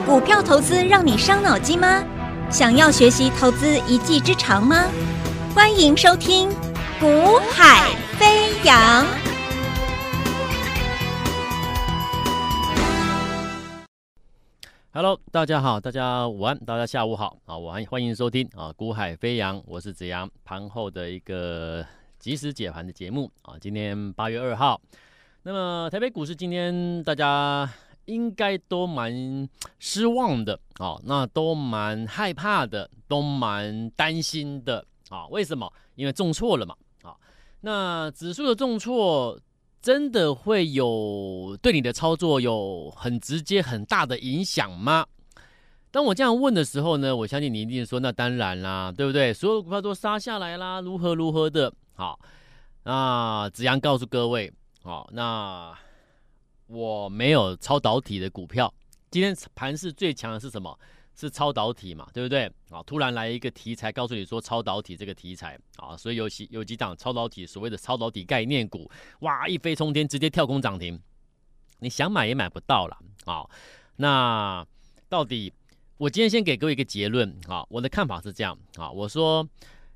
股票投资让你伤脑筋吗？想要学习投资一技之长吗？欢迎收听《股海飞扬》。 Hello， 大家好，大家午安，大家下午好啊！欢迎收听啊，股海飞扬，我是子阳，盘后的一个即时解盘的节目啊。今天8月2号，那么台北股市今天大家应该都蛮失望的啊，那都蛮害怕的，都蛮担心的啊。为什么？因为重挫了嘛啊。那指数的重挫，真的会有对你的操作有很直接很大的影响吗？当我这样问的时候呢，我相信你一定说那当然啦，对不对？所有股票都杀下来啦，如何的。好，那子阳告诉各位，好，那我没有超导体的股票。今天盘势最强的是什么？是超导体嘛，对不对？突然来一个题材，告诉你说超导体这个题材啊，所以有几档超导体，所谓的超导体概念股，哇，一飞冲天，直接跳空涨停，你想买也买不到了啊。那到底我今天先给各位一个结论啊，我的看法是这样啊，我说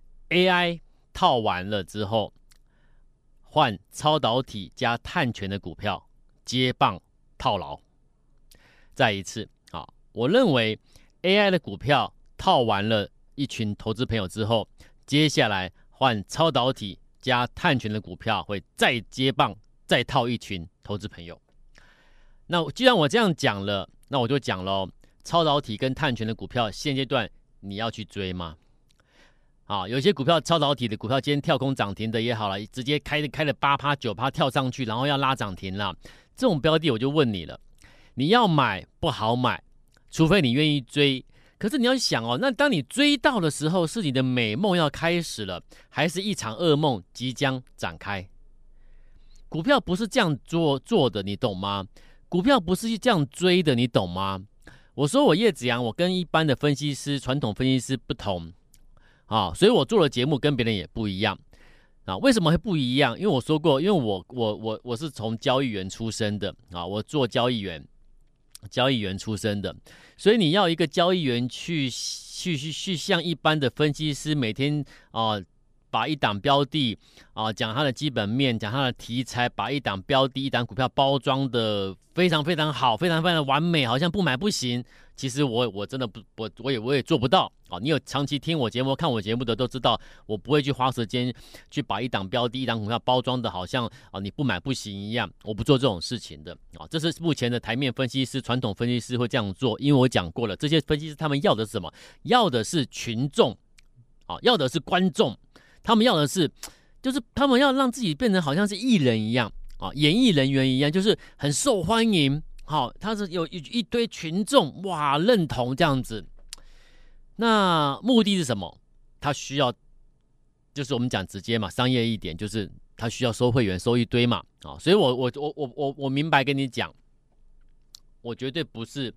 AI 套完了之后，换超导体加碳权的股票接棒套牢。再一次啊，我认为 AI 的股票套完了一群投资朋友之后，接下来换超导体加碳权的股票会再接棒再套一群投资朋友。那既然我这样讲了，那我就讲咯，超导体跟碳权的股票现阶段你要去追吗？有些股票超导体的股票今天跳空涨停的也好了，直接开了 8%、9% 跳上去，然后要拉涨停了，这种标的我就问你了，你要买不好买，除非你愿意追。可是你要想哦，那当你追到的时候，是你的美梦要开始了，还是一场噩梦即将展开？股票不是这样做的，你懂吗？股票不是这样追的，你懂吗？我说我叶子阳，我跟一般的分析师、传统分析师不同所以我做的节目跟别人也不一样为什么会不一样？因为我说过，因为我是从交易员出身的我做交易员出身的，所以你要一个交易员去像一般的分析师每天把一档标的讲它的基本面，讲它的题材，把一档标的一档股票包装的非常非常好，非常非常的完美，好像不买不行。其实我真的不，我也做不到你有长期听我节目、看我节目的都知道，我不会去花时间去把一档标的、一档股票包装的好像你不买不行一样，我不做这种事情的这是目前的台面分析师、传统分析师会这样做，因为我讲过了，这些分析师他们要的是什么？要的是群众要的是观众，他们要的是就是他们要让自己变成好像是艺人一样演艺人员一样，就是很受欢迎。他是有一堆群众哇认同这样子，那目的是什么？他需要就是我们讲直接嘛，商业一点，就是他需要收会员收一堆嘛所以我明白跟你讲，我绝对不是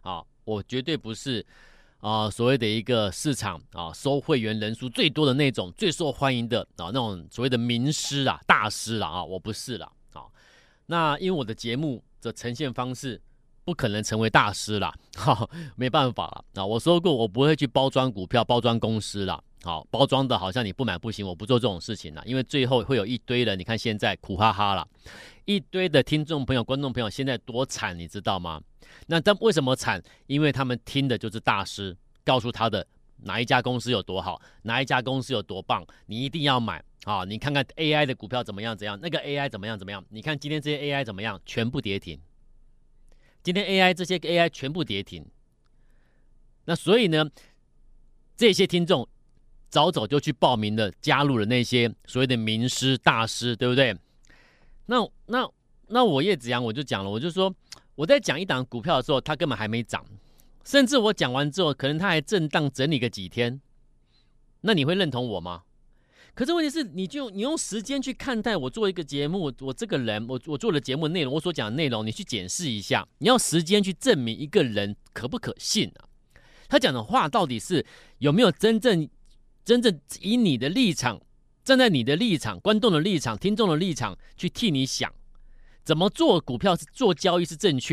所谓的一个市场收会员人数最多的那种最受欢迎的那种所谓的名师大师我不是啦那因为我的节目的呈现方式不可能成为大师啦没办法啦我说过我不会去包装股票包装公司啦包装的好像你不买不行，我不做这种事情啦，因为最后会有一堆人，你看现在苦哈哈啦，一堆的听众朋友观众朋友现在多惨你知道吗？那为什么惨？因为他们听的就是大师告诉他的哪一家公司有多好，哪一家公司有多棒，你一定要买你看看 AI 的股票怎么样，那个 AI 怎么样，你看今天这些 AI 怎么样，全部跌停。今天这些 AI 全部跌停。那所以呢，这些听众早就去报名了，加入了那些所谓的名师大师，对不对？那我叶子阳我就讲了，我就说我在讲一档股票的时候，它根本还没涨，甚至我讲完之后，可能它还震荡整理个几天，那你会认同我吗？可是问题是，你用时间去看待我做一个节目，我这个人，我做的节目内容，我所讲的内容，你去检视一下，你要时间去证明一个人可不可信他讲的话到底是有没有真正以你的立场，站在你的立场、观众的立场、听众的立场去替你想，怎么做股票做交易是正确的，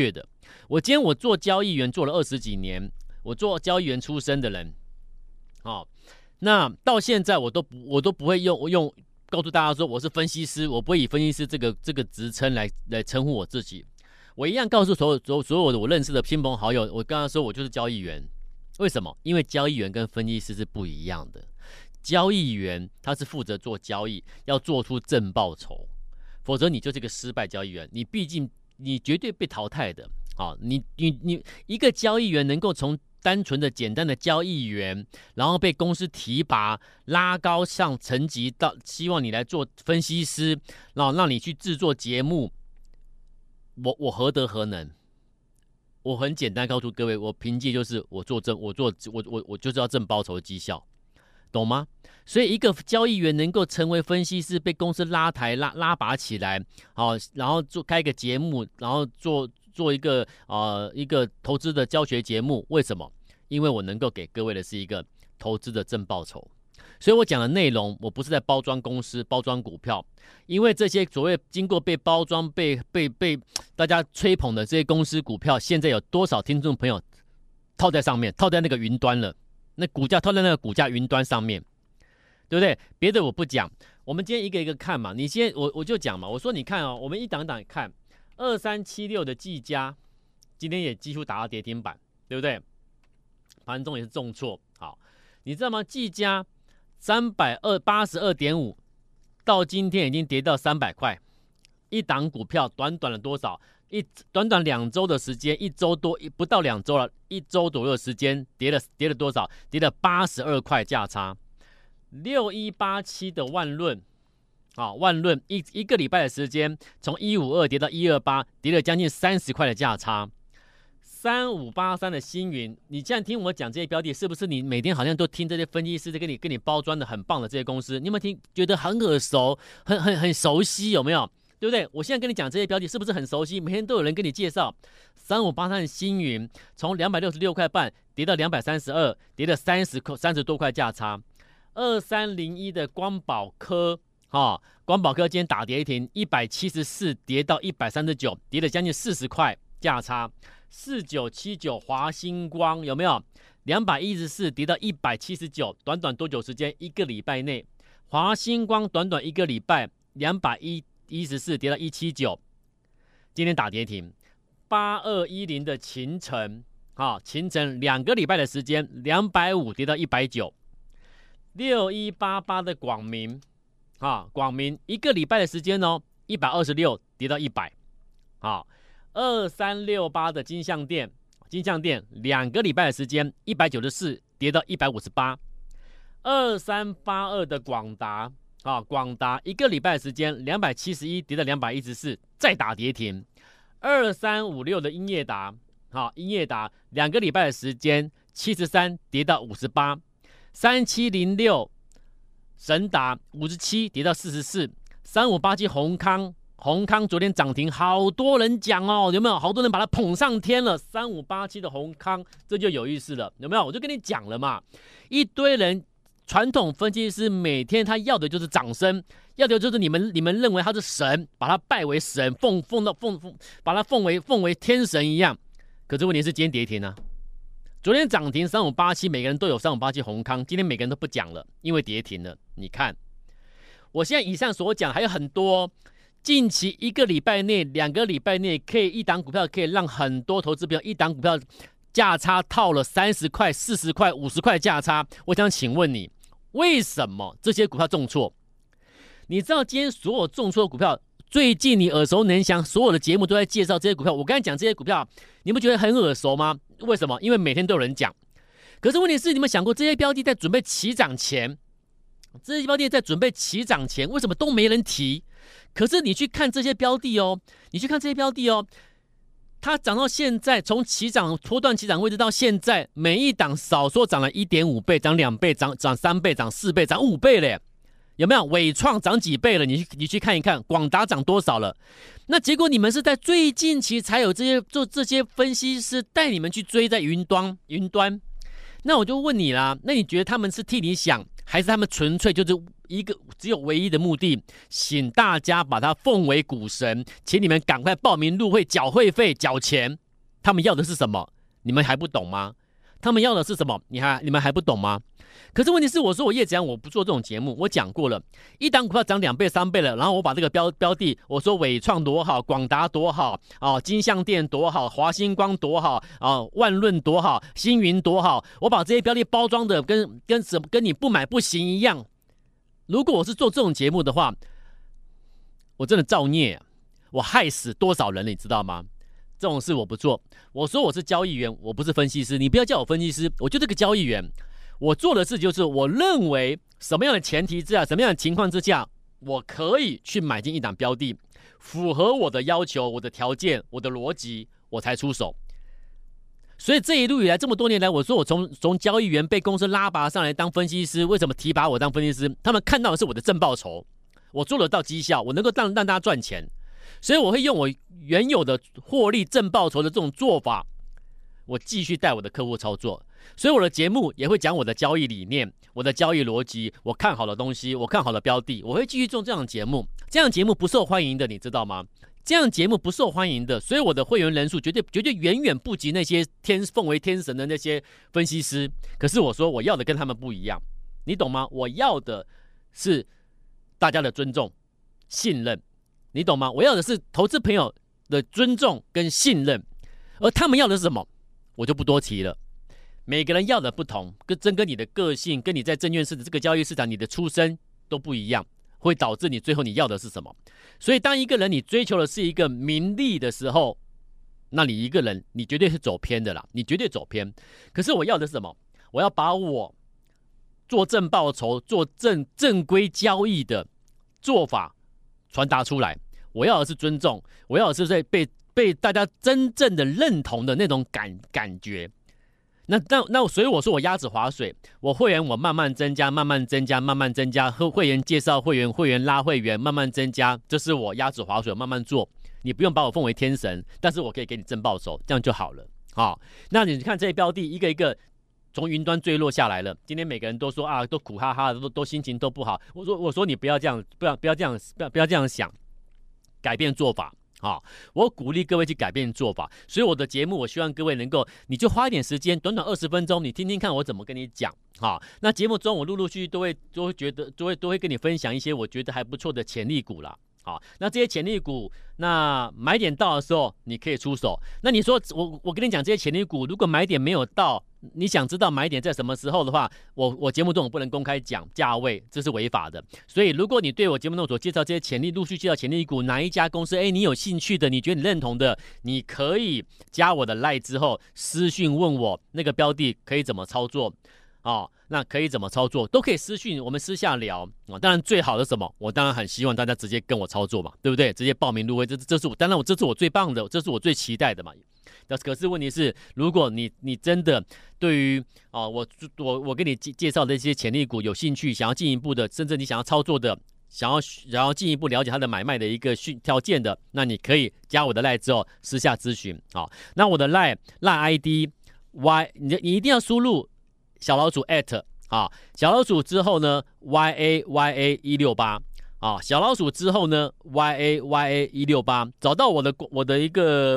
我今天我做交易员做了20几年，我做交易员出身的人，那到现在我都不会用告诉大家说我是分析师，我不会以分析师这个职称来称呼我自己。我一样告诉所有的我认识的亲朋好友，我跟他说我就是交易员。为什么？因为交易员跟分析师是不一样的。交易员他是负责做交易，要做出正报酬，否则你就是个失败交易员。你毕竟你绝对被淘汰的。你一个交易员能够从单纯的简单的交易员，然后被公司提拔拉高上层级到希望你来做分析师，然后让你去制作节目，我何德何能？我很简单告诉各位，我凭借就是我就是要挣报酬的绩效，懂吗？所以一个交易员能够成为分析师，被公司拉拔起来，然后开一个节目，然后做一个投资的教学节目，为什么？因为我能够给各位的是一个投资的正报酬。所以我讲的内容，我不是在包装公司、包装股票，因为这些所谓经过被包装、被大家吹捧的这些公司股票，现在有多少听众朋友套在上面，套在那个云端了？那股价套在那个股价云端上面，对不对？别的我不讲，我们今天一个一个看嘛。你先我就讲嘛，我说你看我们一档一档看，2376的技嘉，今天也几乎打到跌停板，对不对？盘中也是重挫。好，你知道吗？技嘉382.5到今天已经跌到300块，一档股票短短了多少？短短2周的时间，1周多不到2周了，1周左右的时间跌了多少？跌了82块价差。6187的万润，万润一个礼拜的时间，从152跌到128，跌了将近30块的价差。3583的星云，你这样听我讲这些标的，是不是你每天好像都听这些分析师在跟你包装的很棒的这些公司？你有没有听觉得很耳熟，很熟悉，有没有？对不对？我现在跟你讲这些标的，是不是很熟悉？每天都有人跟你介绍。3583的星云从266块半跌到232，跌了30多块价差。2301的光宝科，光宝科今天打跌停，174跌到139，跌了将近40块价差。4979华星光有没有？214跌到179，短短多久时间？一个礼拜内，华星光短短一个礼拜214跌到179，今天打跌停。8210的勤诚，勤诚2个礼拜的时间，250跌到190。6188的广明，广明一个礼拜的时间，126跌到100。2368的金像店2个礼拜的时间，194跌到158。2382的广达，广达一个礼拜的时间271跌到214，再打跌停。2356的英业达，英业达2个礼拜的时间73跌到58。3706神达57跌到44。3587宏康昨天涨停，好多人讲有没有？好多人把它捧上天了。3587的宏康，这就有意思了，有没有？我就跟你讲了嘛，一堆人传统分析师每天他要的就是掌声，要的就是你们认为他是神，把他拜为神，把他奉为天神一样。可是问题是今天跌停啊，昨天涨停3587，每个人都有3587宏康，今天每个人都不讲了，因为跌停了。你看，我现在以上所讲还有很多。近期一个礼拜内、2个礼拜内，可以一档股票可以让很多投资朋友一档股票价差套了30块、40块、50块价差。我想请问你，为什么这些股票重挫？你知道今天所有重挫的股票，最近你耳熟能详，所有的节目都在介绍这些股票。我刚才讲这些股票，你不觉得很耳熟吗？为什么？因为每天都有人讲。可是问题是，你们想过这些标的在准备起涨前，为什么都没人提？可是你去看这些标的它涨到现在，从波段起涨位置到现在，每一档少说涨了 1.5 倍，涨2倍，涨3倍，涨4倍，涨5倍了，有没有？伟创涨几倍了？你去看一看，广达涨多少了？那结果你们是在最近期才有这些分析师带你们去追在云端。那我就问你啦，那你觉得他们是替你想，还是他们纯粹就是只有唯一的目的，请大家把它奉为股神，请你们赶快报名入会，缴会费，缴钱， 他们要的是什么？你们还不懂吗？他们要的是什么？你们还不懂吗？可是问题是，我说我叶子阳我不做这种节目，我讲过了，一档股票涨2倍3倍了，然后我把这个标的，我说伟创多好，广达多好，金像电多好，华星光多好，万润多好，星云多好，我把这些标的包装的跟你不买不行一样。如果我是做这种节目的话，我真的造孽，我害死多少人了，你知道吗？这种事我不做。我说我是交易员，我不是分析师，你不要叫我分析师，我就这个交易员。我做的事就是，我认为什么样的前提之下，什么样的情况之下，我可以去买进一档标的，符合我的要求、我的条件、我的逻辑，我才出手。所以这一路以来，这么多年来，我说我从交易员被公司拉拔上来当分析师，为什么提拔我当分析师？他们看到的是我的正报酬，我做得到绩效，我能够让大家赚钱，所以我会用我原有的获利正报酬的这种做法，我继续带我的客户操作。所以我的节目也会讲我的交易理念、我的交易逻辑，我看好的东西，我看好的标的，我会继续做这样的节目。这样的节目不受欢迎的，你知道吗？这样的节目不受欢迎的，所以我的会员人数绝对远远不及那些奉为天神的那些分析师。可是我说我要的跟他们不一样，你懂吗？我要的是大家的尊重、信任，你懂吗？我要的是投资朋友的尊重跟信任，而他们要的是什么，我就不多提了。每个人要的不同，跟你的个性，跟你在证券市的这个交易市场，你的出身都不一样，会导致你最后你要的是什么。所以当一个人你追求的是一个名利的时候，那你一个人你绝对是走偏的啦，你绝对走偏。可是我要的是什么？我要把我做正报酬、做正规交易的做法传达出来。我要的是尊重，我要的是被大家真正的认同的那种感觉。那所以我说我鸭子划水，我会员我慢慢增加，会员介绍会员拉会员，慢慢增加，这是我鸭子划水慢慢做。你不用把我奉为天神，但是我可以给你正报酬，这样就好了。那你看这些标的一个一个从云端坠落下来了，今天每个人都说都苦哈哈的，都心情都不好。我说你不要这样，不要这样想，改变做法。我鼓励各位去改变做法，所以我的节目我希望各位能够，你就花一点时间，短短20分钟，你听听看我怎么跟你讲。那节目中我陆续都会跟你分享一些我觉得还不错的潜力股啦。那这些潜力股，那买点到的时候你可以出手。那你说我跟你讲这些潜力股，如果买点没有到，你想知道买点在什么时候的话，我节目中我不能公开讲价位，这是违法的。所以如果你对我节目中所介绍这些陆续介绍潜力股，哪一家公司你有兴趣的，你觉得你认同的，你可以加我的 LINE 之后私讯问我那个标的可以怎么操作。那可以怎么操作都可以私讯，我们私下聊。当然最好的什么，我当然很希望大家直接跟我操作嘛，对不对？直接报名入会，这是我当然这是我最棒的，这是我最期待的嘛。可是问题是，如果你真的对于我给你介绍的一些潜力股有兴趣，想要进一步的，甚至你想要操作的，想要进一步了解它的买卖的一个条件的，那你可以加我的 LINE 之后私下咨询。那我的 LINE ID你一定要输入小老鼠@小老鼠之后呢 YAYA168小老鼠之后呢 YAYA168， 找到我的一个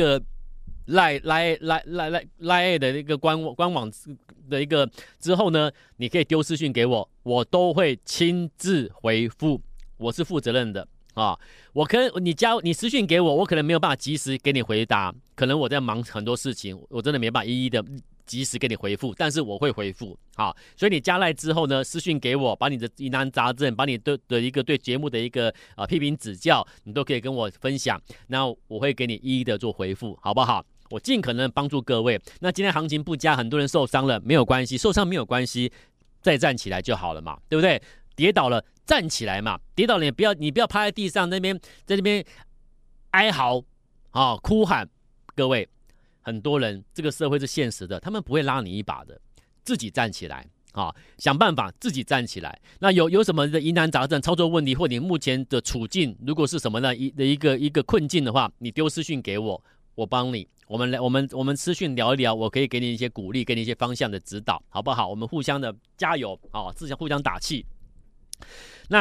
LINE 的一个官网的一个之后呢，你可以丢私讯给我，我都会亲自回复，我是负责任的。我可能你私讯给我，我可能没有办法及时给你回答，可能我在忙很多事情，我真的没办法一一的及时给你回复，但是我会回复。所以你加赖之后呢，私讯给我，把你的疑难杂症，把你的一个对节目的一个批评指教，你都可以跟我分享，那我会给你一一的做回复，好不好？我尽可能帮助各位。那今天行情不佳，很多人受伤了，没有关系，受伤没有关系，再站起来就好了嘛，对不对？跌倒了站起来嘛，跌倒了你不要趴在地上在那边哀嚎哭喊。各位，很多人这个社会是现实的，他们不会拉你一把的，自己站起来想办法自己站起来。那有什么的疑难杂症、操作问题，或你目前的处境如果是什么呢一个困境的话，你丢私讯给我，我帮你。我们私讯聊一聊，我可以给你一些鼓励，给你一些方向的指导，好不好？我们互相的加油互相打气。那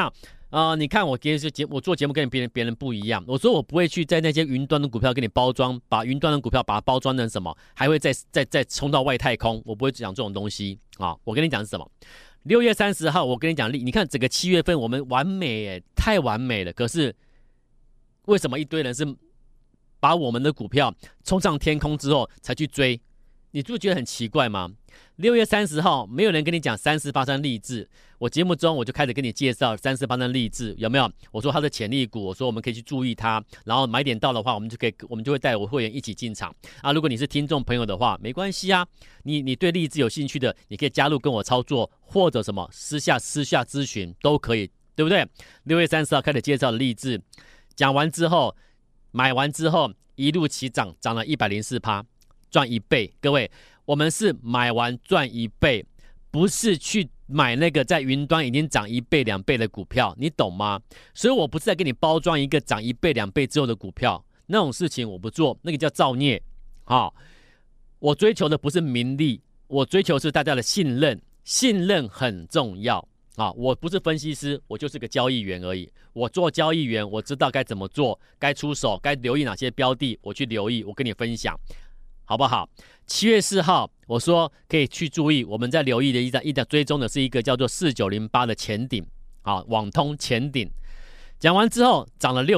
你看我做节目跟别人不一样，我说我不会去在那些云端的股票给你包装，把云端的股票把它包装成什么，还会再冲到外太空，我不会讲这种东西啊。我跟你讲是什么？6月30号，我跟你讲，你看整个7月份我们完美耶，太完美了。可是为什么一堆人是把我们的股票冲上天空之后才去追？你就觉得很奇怪吗？6月30号，没有人跟你讲3483励志，我节目中我就开始跟你介绍3483励志，有没有？我说它的潜力股，我说我们可以去注意它，然后买点到的话，我们就会带我会员一起进场啊。如果你是听众朋友的话，没关系啊，你对励志有兴趣的，你可以加入跟我操作，或者什么私下咨询都可以，对不对？6月30号开始介绍励志，讲完之后，买完之后一路起涨，涨了104%，赚1倍。各位，我们是买完赚1倍，不是去买那个在云端已经涨1倍2倍的股票，你懂吗？所以我不是在给你包装一个涨1倍2倍之后的股票，那种事情我不做，那个叫造孽。我追求的不是名利，我追求的是大家的信任，信任很重要。我不是分析师，我就是个交易员而已。我做交易员，我知道该怎么做，该出手，该留意哪些标的，我去留意，我跟你分享，好不好？7月4号，我说可以去注意，我们在留意的一档追踪的是一个叫做4908的前顶，网通前顶。讲完之后涨了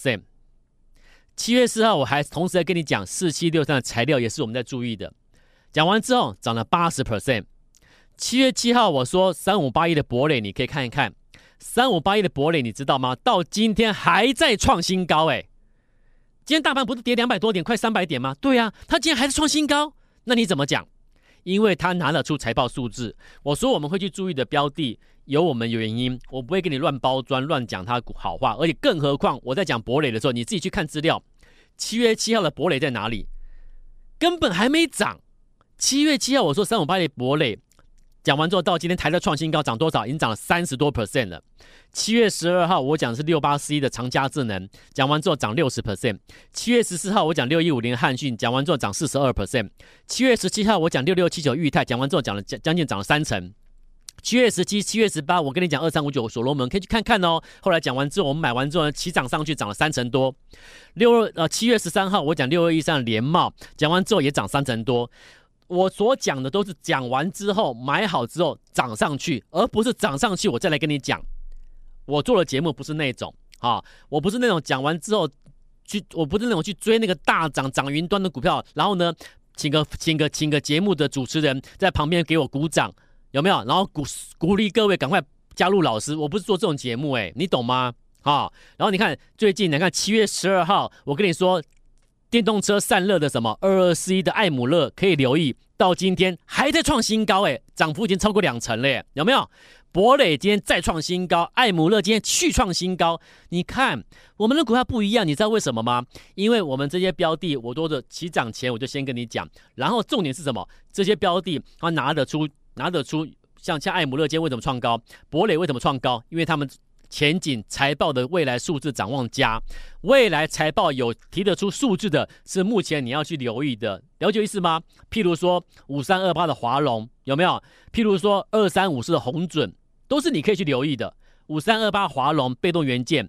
60%。7月4号，我还同时在跟你讲4763的材料也是我们在注意的。讲完之后涨了80%。7月7号，我说3581的博磊，你可以看一看。3581的博磊，你知道吗？到今天还在创新高哎！今天大盘不是跌200多点，快300点吗？对啊，它今天还是创新高。那你怎么讲？因为它拿得出财报数字。我说我们会去注意的标的，有我们有原因，我不会给你乱包装、乱讲它好话。而且更何况我在讲博磊的时候，你自己去看资料。7月7号的博磊在哪里？根本还没涨。7月7号我说3581的博磊。讲完之后，到今天台的创新高，涨多少？已经涨了30多%了。7月12号，我讲的是6841的长佳智能，讲完之后涨60%。7月14号，我讲6150的汉讯，讲完之后涨42%。7月17号，我讲6679裕泰，讲完之后将近涨了3成。7月17、7月18，我跟你讲2359所罗门，可以去看看哦。后来讲完之后，我们买完之后起涨上去，涨了3成多。7月13号，我讲6213的联茂，讲完之后也涨3成多。我所讲的都是讲完之后买好之后涨上去，而不是涨上去我再来跟你讲。我做的节目不是那种我不是那种讲完之后我不是那种去追那个大涨云端的股票，然后呢请个节目的主持人在旁边给我鼓掌，有没有？然后鼓励各位赶快加入老师，我不是做这种节目你懂吗？然后你看最近你看7月12号，我跟你说。电动车散热的什么2241的艾姆勒可以留意，到今天还在创新高涨幅已经超过2成了有没有？博磊今天再创新高，艾姆勒今天续创新高。你看我们的股票不一样，你知道为什么吗？因为我们这些标的，我都的起涨前我就先跟你讲，然后重点是什么？这些标的它拿得出，像艾姆勒今天为什么创高？博磊为什么创高？因为他们前景财报的未来数字展望佳，未来财报有提得出数字的是目前你要去留意的，了解意思吗？譬如说5328的华荣有没有？譬如说2354的鸿准，都是你可以去留意的。5328华荣被动元件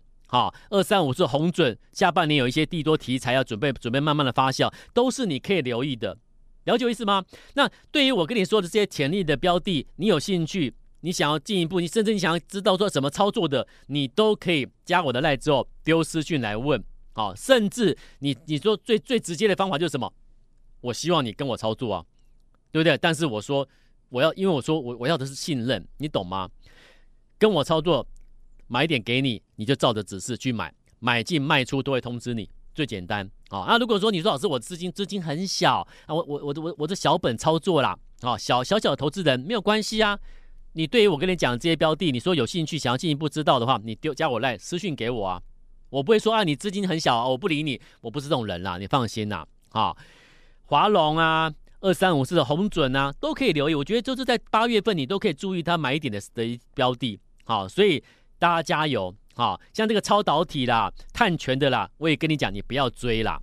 ，2354的鸿准，下半年有一些利多题材要准备慢慢的发酵，都是你可以留意的，了解意思吗？那对于我跟你说的这些潜力的标的，你有兴趣？你想要进一步，甚至你想要知道说怎么操作的，你都可以加我的赖之后丢私讯来问，甚至你说最直接的方法就是什么？我希望你跟我操作啊，对不对？但是我说因为我说我要的是信任，你懂吗？跟我操作，买一点给你，你就照着指示去买，买进卖出都会通知你，最简单如果说你说老师我资金很小我这小本操作啦小的投资人没有关系啊。你对于我跟你讲这些标的，你说有兴趣想要进一步知道的话，你加我赖私讯给我啊，我不会说你资金很小我不理你，我不是这种人啦，你放心啦华荣2354的鸿准都可以留意，我觉得就是在8月份你都可以注意它买一点的标的所以大家加油像这个超导体啦、碳权的啦，我也跟你讲你不要追啦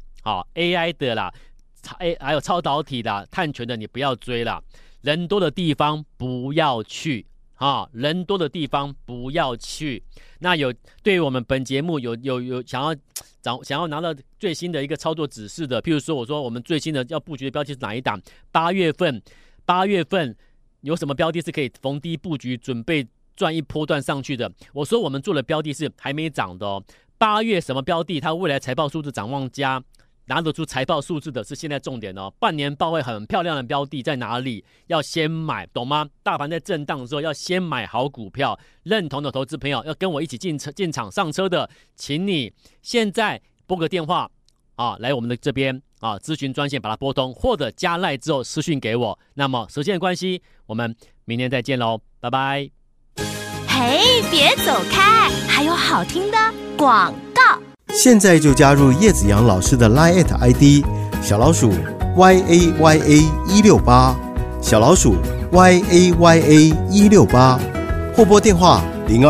AI 的啦，还有超导体啦、碳权的你不要追啦。人多的地方不要去， 人多的地方不要去。那对于我们本节目有想要拿到最新的一个操作指示的，譬如说我说我们最新的要布局的标的是哪一档？8月份有什么标的是可以逢低布局，准备赚一波段上去的？我说我们做的标的是还没涨的哦。8月什么标的？它未来财报数字展望佳，拿得出财报数字的是现在重点哦。半年报会很漂亮的标的在哪里？要先买，懂吗？大盘在震荡的时候要先买好股票。认同的投资朋友要跟我一起进场上车的，请你现在拨个电话来我们的这边咨询专线把它拨通，或者加赖之后私讯给我。那么时间的关系，我们明天再见喽，拜拜。 嘿，别走开，还有好听的广告。 现在就加入叶子阳老师的 LINE ID 小老鼠 YAYA168， 小老鼠 YAYA168， 或拨电话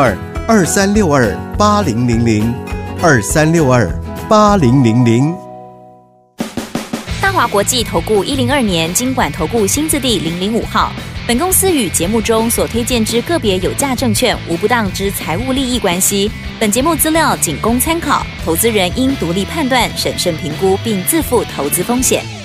02-2362-8000 2362-8000。 大华国际投顾102年金管投顾新字第005号。本公司与节目中所推荐之个别有价证券无不当之财务利益关系。本节目资料仅供参考，投资人应独立判断、审慎评估，并自负投资风险。